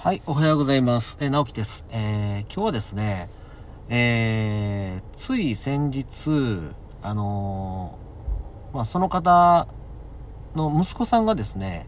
はい、おはようございます。直樹です。今日はですね、つい先日、その方の息子さんがですね、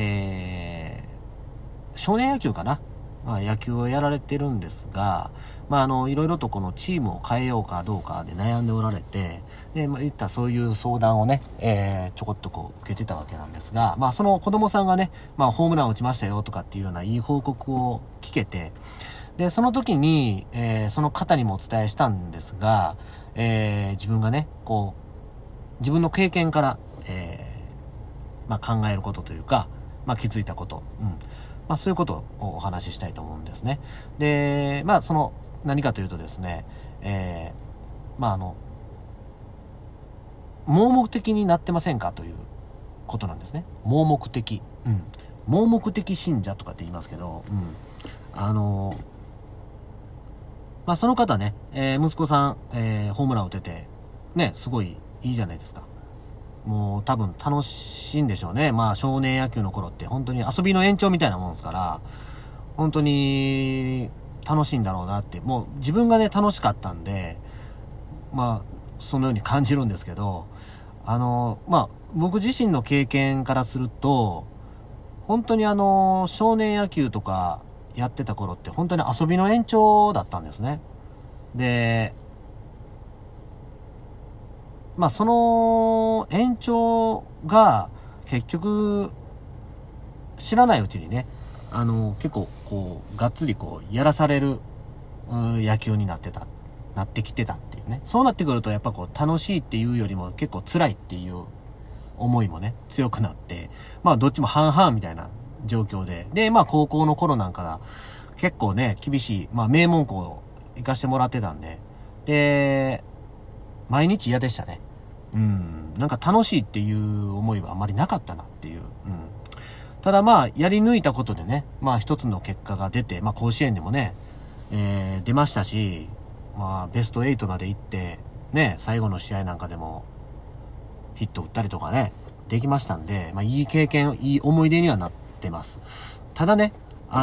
少年野球かな、野球をやられてるんですが、いろいろとこのチームを変えようかどうかで悩んでおられて、で、いったそういう相談をね、ちょこっと受けてたわけなんですが、その子供さんがね、ホームラン打ちましたよとかっていうようないい報告を聞けて、で、その時に、その方にもお伝えしたんですが、自分がね、自分の経験から、考えることというか、気づいたこと、そういうことをお話ししたいと思うんですね。で、何かというとですね、盲目的になってませんかということなんですね。盲目的。盲目的信者とかって言いますけど、その方ね、息子さん、ホームラン打てて、ね、すごいいいじゃないですか。もう多分楽しいんでしょうね。少年野球の頃って本当に遊びの延長みたいなもんですから、本当に楽しいんだろうなって、もう自分がね、楽しかったんで、そのように感じるんですけど、僕自身の経験からすると、本当に少年野球とかやってた頃って本当に遊びの延長だったんですね。で、その延長が結局知らないうちにね、結構がっつりやらされる野球になってきてたっていうね。そうなってくるとやっぱ楽しいっていうよりも結構辛いっていう思いもね、強くなって、どっちも半々みたいな状況で。で、高校の頃なんか結構ね、厳しい、名門校行かしてもらってたんで、で、毎日嫌でしたね。なんか楽しいっていう思いはあまりなかったなっていう。ただやり抜いたことでね、一つの結果が出て、甲子園でもね、出ましたし、ベスト8まで行って、ね、最後の試合なんかでも、ヒット打ったりとかね、できましたんで、いい経験、いい思い出にはなってます。ただね、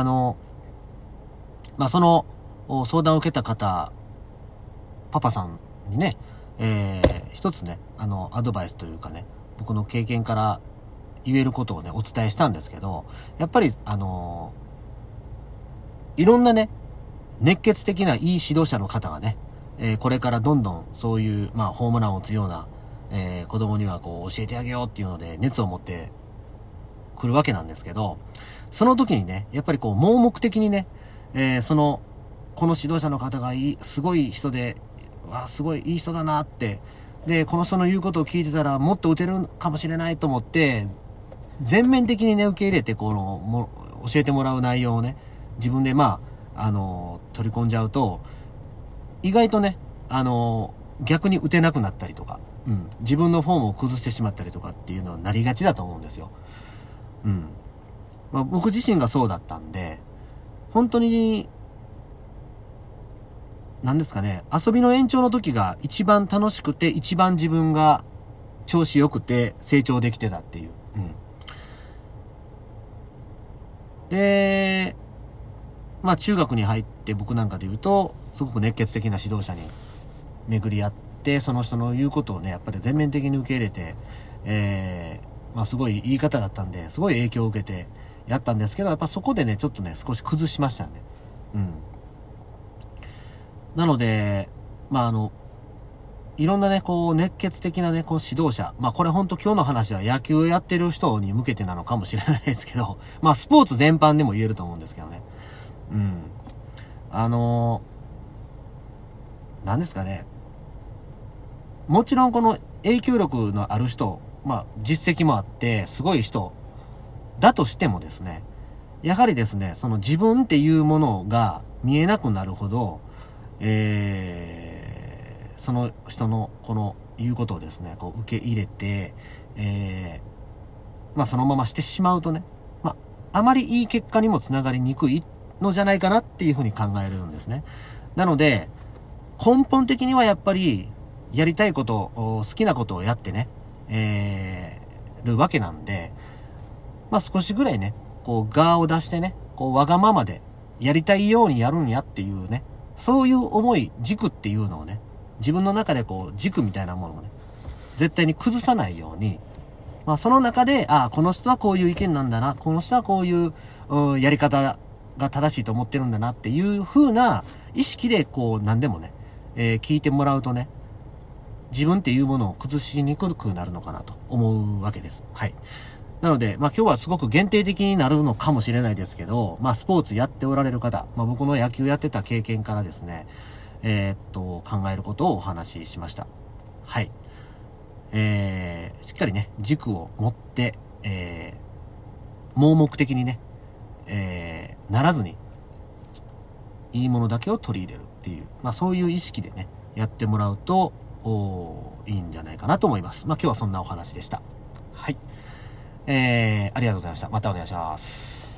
その、相談を受けた方、パパさんにね、一つね、アドバイスというかね、僕の経験から言えることをね、お伝えしたんですけど、やっぱり、いろんなね、熱血的ないい指導者の方がね、これからどんどんそういう、ホームランを打つような、子供には教えてあげようっていうので、熱を持ってくるわけなんですけど、その時にね、やっぱり盲目的にね、この指導者の方がすごい人で、すごいいい人だなって。で、この人の言うことを聞いてたらもっと打てるかもしれないと思って、全面的にね、受け入れて、教えてもらう内容をね、自分で取り込んじゃうと、意外とね、逆に打てなくなったりとか、自分のフォームを崩してしまったりとかっていうのはなりがちだと思うんですよ。僕自身がそうだったんで、本当に、なんですかね、遊びの延長の時が一番楽しくて、一番自分が調子良くて成長できてたっていう。で、中学に入って僕なんかで言うと、すごく熱血的な指導者に巡り合って、その人の言うことをね、やっぱり全面的に受け入れて、すごい言い方だったんで、すごい影響を受けてやったんですけど、やっぱそこでね、ちょっとね、少し崩しましたね。なので、いろんなね、熱血的なね、指導者。これほんと今日の話は野球をやってる人に向けてなのかもしれないですけど、スポーツ全般でも言えると思うんですけどね。なんですかね。もちろんこの影響力のある人、実績もあって、すごい人だとしてもですね、やはりですね、その自分っていうものが見えなくなるほど、その人のこの言うことをですね、受け入れて、そのまましてしまうとね、あまりいい結果にもつながりにくいのじゃないかなっていうふうに考えるんですね。なので、根本的にはやっぱり、やりたいこと、好きなことをやってね、るわけなんで、少しぐらいね、我を出してね、 こう、わがままで、やりたいようにやるんやっていうね、そういう思い、軸っていうのをね、自分の中でこう、軸みたいなものをね、絶対に崩さないように、まあその中で、この人はこういう意見なんだな、この人はこういう、やり方が正しいと思ってるんだなっていう風な意識でこう、何でもね、聞いてもらうとね、自分っていうものを崩しにくくなるのかなと思うわけです。はい。なので、まあ今日はすごく限定的になるのかもしれないですけど、まあスポーツやっておられる方、まあ僕の野球やってた経験からですね、考えることをお話ししました。はい。しっかりね、軸を持って、盲目的にね、ならずに、いいものだけを取り入れるっていう、まあそういう意識でね、やってもらうと、いいんじゃないかなと思います。まあ今日はそんなお話でした。はい。ありがとうございました。またお願いします。